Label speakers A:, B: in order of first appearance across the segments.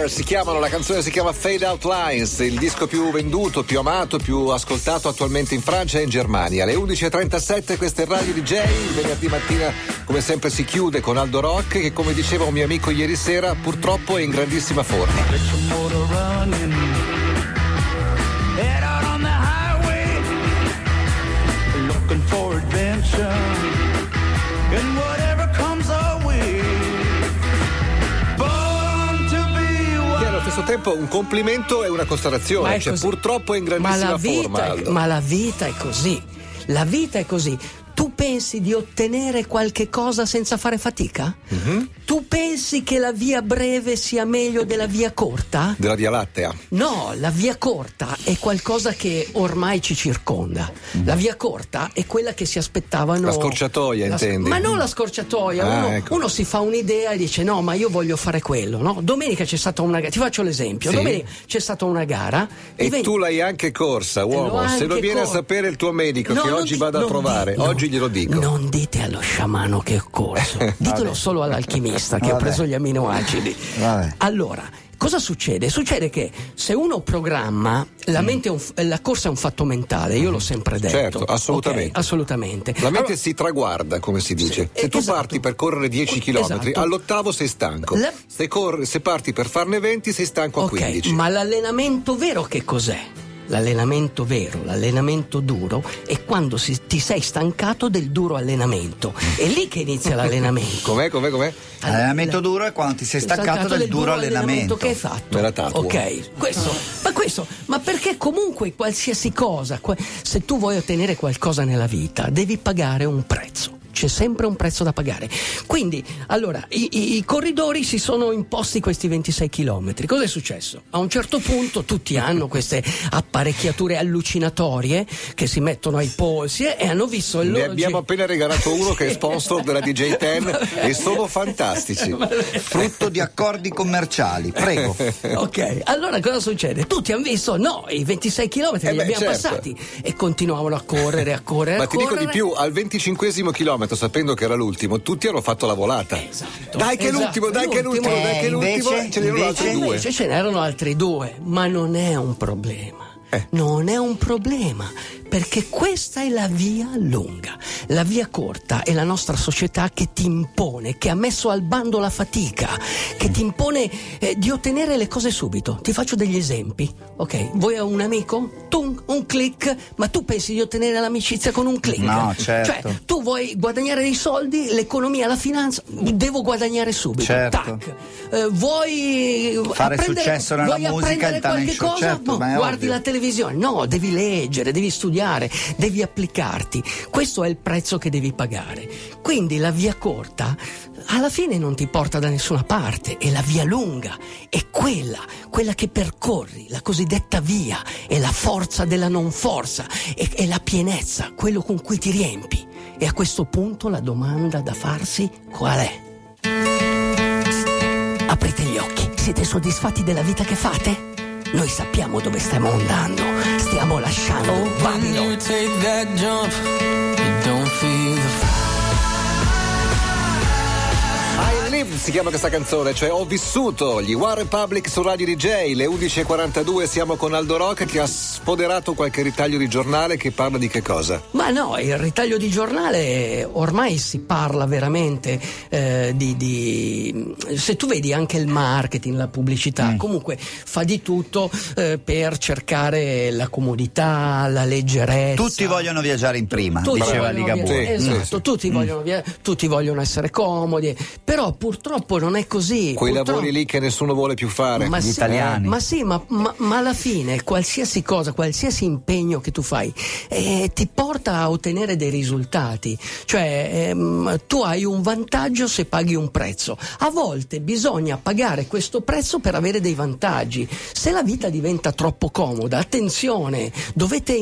A: Fire si chiamano, la canzone si chiama Fade Out Lines, il disco più venduto, più amato, più ascoltato attualmente in Francia e in Germania. Alle 11.37 questa è Radio DJ, il venerdì mattina come sempre si chiude con Aldo Rock che, come diceva un mio amico ieri sera, purtroppo è in grandissima forma. Allo stesso tempo un complimento e una constatazione, cioè purtroppo è in grandissima forma, Aldo.
B: Ma la vita è così, la vita è così. Tu pensi di ottenere qualche cosa senza fare fatica? Mm-hmm. Tu pensi che la via breve sia meglio della via corta?
A: Della Via Lattea?
B: No, la via corta è qualcosa che ormai ci circonda. La via corta è quella che si aspettavano.
A: La scorciatoia, intendi?
B: Ma non la scorciatoia. Uno si fa un'idea e dice: no, ma io voglio fare quello, no? Domenica c'è stata una gara. Ti faccio l'esempio. Sì. Domenica c'è stata una gara.
A: E tu l'hai anche corsa, uomo. Se lo viene a sapere il tuo medico, che oggi vado a trovare, oggi glielo dico.
B: Non dite allo sciamano che ho corso, ditelo solo all'alchimista che ho preso gli aminoacidi. Allora, cosa succede? Succede che se uno programma, la mente la corsa è un fatto mentale, io l'ho sempre detto.
A: Certo, assolutamente.
B: Okay, assolutamente.
A: La mente si traguarda, come si dice. Se tu parti per correre 10 km, all'8° sei stanco. Se parti per farne 20, sei stanco a 15.
B: Ma l'allenamento vero che cos'è? L'allenamento vero, l'allenamento duro è quando ti sei stancato del duro allenamento. È lì che inizia l'allenamento.
A: Com'è?
C: L'allenamento duro è quando ti sei staccato del duro allenamento
B: che hai fatto.
A: Me la tatuo.
B: Ok, ma perché comunque qualsiasi cosa, se tu vuoi ottenere qualcosa nella vita, devi pagare un prezzo. C'è sempre un prezzo da pagare. Quindi, allora, i corridori si sono imposti questi 26 chilometri. Cosa è successo? A un certo punto tutti hanno queste apparecchiature allucinatorie che si mettono ai polsi e hanno visto il loro...
A: Ne abbiamo appena regalato uno che è sponsor della DJ10 e sono fantastici.
C: Frutto di accordi commerciali, prego.
B: Ok, allora cosa succede? Tutti hanno visto, no, i 26 chilometri li abbiamo passati e continuavano a correre.
A: Ma ti dico di più, al 25° chilometro, sapendo che era l'ultimo, tutti hanno fatto la volata.
B: Esatto.
A: Dai che l'ultimo.
C: Invece,
A: ce n'erano altri due.
B: Invece ce n'erano altri due, ma non è un problema. Non è un problema, perché questa è la via lunga. La via corta è la nostra società che ti impone, che ha messo al bando la fatica, che ti impone di ottenere le cose subito. Ti faccio degli esempi, ok? Vuoi un amico? Un click, ma tu pensi di ottenere l'amicizia con un click?
C: No, certo.
B: Cioè, tu vuoi guadagnare dei soldi, l'economia, la finanza, devo guadagnare subito.
C: Certo.
B: Tac. Vuoi
C: fare successo nella musica, il
B: qualche cosa?
C: certo, ma
B: guardi
C: ovvio.
B: la televisione. No, devi leggere, devi studiare, devi applicarti. Questo è il prezzo che devi pagare. Quindi la via corta alla fine non ti porta da nessuna parte, è la via lunga, è quella che percorri, la cosiddetta via, è la forza della non forza, è la pienezza, quello con cui ti riempi. E a questo punto la domanda da farsi qual è? Aprite gli occhi, siete soddisfatti della vita che fate? Noi sappiamo dove stiamo andando, stiamo lasciando Babylon.
A: Si chiama questa canzone, cioè Ho vissuto, gli One Republic su Radio DJ. Le 11.42 siamo con Aldo Rock che ha sfoderato qualche ritaglio di giornale che parla di che cosa?
B: Ma no, il ritaglio di giornale ormai si parla veramente se tu vedi anche il marketing, la pubblicità, comunque fa di tutto per cercare la comodità, la leggerezza.
C: Tutti vogliono viaggiare in prima, diceva Ligabue.
B: Esatto, tutti vogliono essere comodi, però purtroppo non è così.
A: Quei lavori lì che nessuno vuole più fare,
B: gli
C: italiani.
B: Ma alla fine qualsiasi cosa, qualsiasi impegno che tu fai ti porta a ottenere dei risultati. Cioè tu hai un vantaggio se paghi un prezzo. A volte bisogna pagare questo prezzo per avere dei vantaggi. Se la vita diventa troppo comoda, attenzione, dovete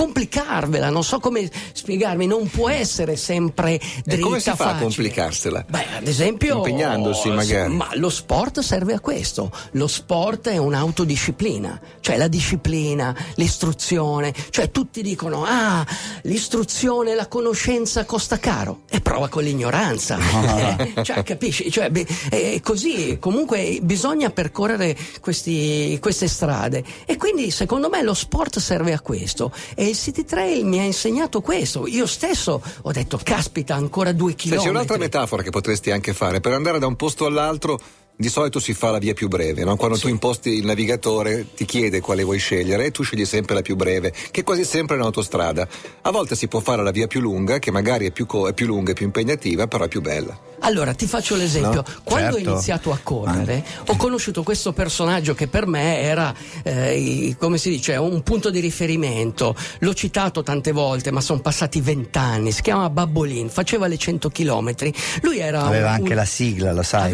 B: complicarvela, non so come spiegarmi, non può essere sempre dritta,
A: come si fa
B: facile.
A: a complicarsela?
B: Beh, ad esempio,
A: impegnandosi magari.
B: Ma lo sport serve a questo. Lo sport è un'autodisciplina, cioè la disciplina, l'istruzione. Cioè tutti dicono: l'istruzione, la conoscenza costa caro, e prova con l'ignoranza. Cioè, capisci? Cioè, è così. Comunque bisogna percorrere queste strade, e quindi secondo me lo sport serve a questo, e il City Trail mi ha insegnato questo. Io stesso ho detto: caspita, ancora 2 chilometri.
A: C'è un'altra metafora che potresti anche fare per andare da un posto all'altro. Di solito si fa la via più breve, no? Quando tu imposti il navigatore ti chiede quale vuoi scegliere e tu scegli sempre la più breve, che quasi sempre è un'autostrada. A volte si può fare la via più lunga, che magari è più lunga e più impegnativa, però è più bella.
B: Allora ti faccio l'esempio.
A: No?
B: Quando
C: Certo.
B: ho iniziato a correre ho conosciuto questo personaggio che per me era come si dice, un punto di riferimento. L'ho citato tante volte, ma sono passati 20 anni. Si chiama Babbolin, faceva le 100 chilometri. Lui era
C: aveva anche la sigla, lo sai.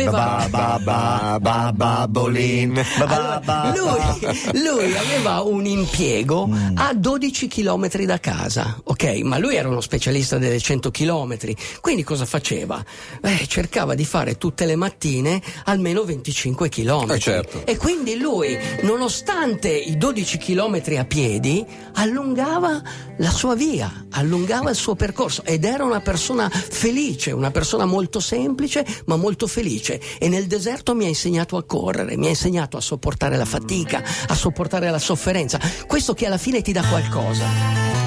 C: Babbolin.
B: Allora, lui aveva un impiego a 12 chilometri da casa, ok? Ma lui era uno specialista delle 100 chilometri, quindi cosa faceva? Cercava di fare tutte le mattine almeno 25 chilometri.
A: Certo.
B: E quindi lui, nonostante i 12 chilometri a piedi, allungava la sua via, allungava il suo percorso, ed era una persona felice, una persona molto semplice ma molto felice. E nel deserto mi ha insegnato a correre, mi ha insegnato a sopportare la fatica, a sopportare la sofferenza, questo che alla fine ti dà qualcosa.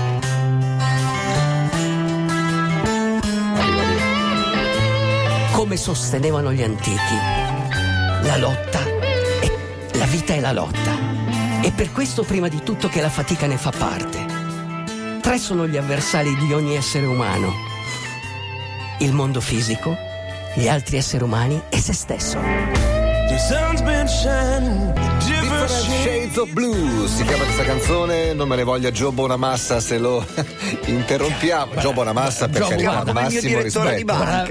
B: Come sostenevano gli antichi, la lotta la vita è la lotta, e per questo prima di tutto che la fatica ne fa parte. 3 sono gli avversari di ogni essere umano: il mondo fisico, gli altri esseri umani e se stesso.
A: Different Shades of Blue si chiama questa canzone. Non me ne voglia Joe Bonamassa se lo interrompiamo. Joe Bonamassa, per carità, massimo rispetto.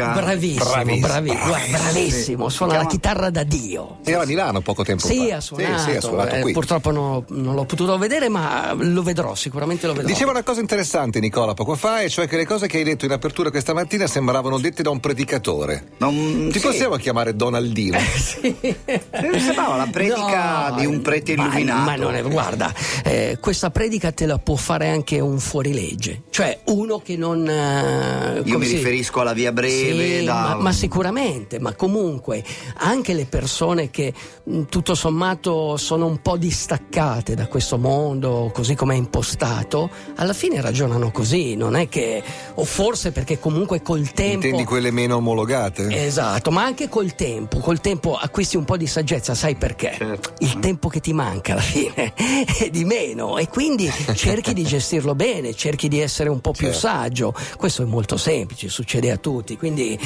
B: Bravissimo, suona la chitarra da Dio.
A: Era a Milano poco tempo fa.
B: Sì, ha suonato
A: qui.
B: Purtroppo non l'ho potuto vedere, ma lo vedrò, sicuramente lo vedrò.
A: Diceva una cosa interessante Nicola poco fa, e cioè che le cose che hai detto in apertura questa mattina sembravano dette da un predicatore. Ti possiamo chiamare Donaldino?
B: Sì.
C: Sembrava la predica di un prete illuminato.
B: Ma non è, guarda, questa predica te la può fare anche un fuorilegge, cioè uno che non
C: io mi riferisco alla via breve,
B: sì, ma sicuramente, ma comunque anche le persone che tutto sommato sono un po' distaccate da questo mondo così come è impostato, alla fine ragionano così, non è che, o forse perché comunque col tempo.
A: Intendi quelle meno omologate?
B: Esatto, ma anche col tempo acquisti un po' di saggezza, sai perché?
A: Certo.
B: Il tempo che ti manca alla fine è di meno, e quindi cerchi di gestirlo bene, cerchi di essere un po' più saggio. Questo è molto semplice, succede a tutti, quindi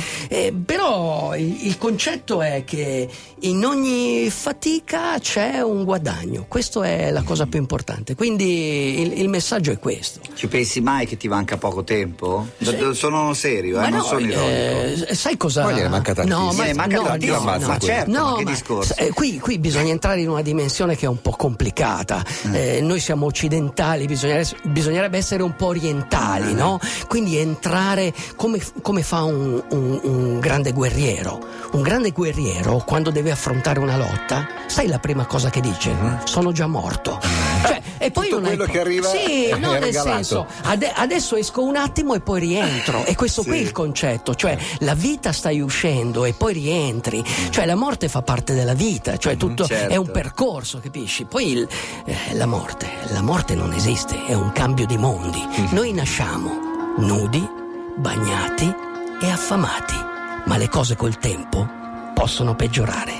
B: però il concetto è che in ogni fatica c'è un guadagno, questo è la cosa più importante, quindi il messaggio è questo.
C: Ci pensi mai che ti manca poco tempo? Sono serio,
B: ma
C: non
B: no,
C: sono ironico.
B: Sai cosa?
A: Ma gliene manca tantissimo.
C: No, ma certo,
B: no,
C: che discorso?
B: Qui bisogna entrare in una dimensione che è un po' complicata. Noi siamo occidentali, bisognerebbe essere un po' orientali, no? Quindi entrare come fa un grande guerriero. Un grande guerriero, quando deve affrontare una lotta, sai la prima cosa che dice? Sono già morto. Cioè, e poi
A: tutto
B: non
A: quello che arriva
B: sì, no,
A: è
B: nel
A: regalato.
B: senso, adesso esco un attimo e poi rientro. E questo qui è il concetto, cioè la vita stai uscendo e poi rientri, cioè la morte fa parte della vita, cioè tutto è un percorso, capisci? Poi la morte non esiste, è un cambio di mondi. Noi nasciamo nudi, bagnati e affamati, ma le cose col tempo possono peggiorare.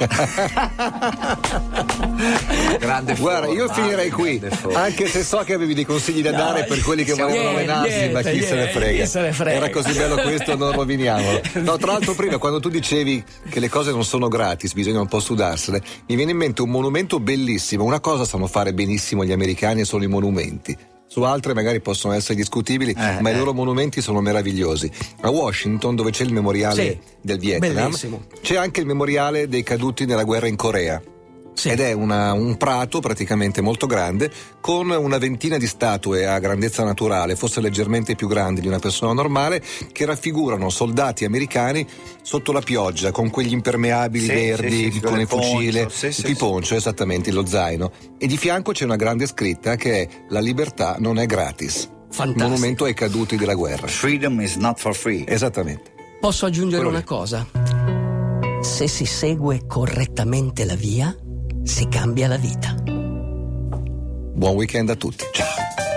C: Grande
A: Guarda, io finirei qui, anche se so che avevi dei consigli da dare per quelli che volevano menarsi, ma chi se ne frega. Era così bello questo, non roviniamolo. No, tra l'altro prima quando tu dicevi che le cose non sono gratis, bisogna un po' sudarsele, mi viene in mente un monumento bellissimo. Una cosa sanno fare benissimo gli americani e sono i monumenti. Su altre magari possono essere discutibili, ma i loro monumenti sono meravigliosi. A Washington, dove c'è il memoriale del Vietnam,
B: bellissimo.
A: c'è anche il memoriale dei caduti nella guerra in Corea.
B: Sì.
A: Ed è un prato praticamente molto grande con una ventina di statue a grandezza naturale, forse leggermente più grandi di una persona normale, che raffigurano soldati americani sotto la pioggia con quegli impermeabili verdi, con il fucile, il poncio, esattamente, lo zaino. E di fianco c'è una grande scritta che è: la libertà non è gratis.
B: Fantastico.
A: Monumento ai caduti della guerra.
C: Freedom is not for free.
A: Esattamente.
B: Posso aggiungere
A: Quello
B: una
A: lì.
B: cosa? Se si segue correttamente la via, si cambia la vita.
A: Buon weekend a tutti. Ciao.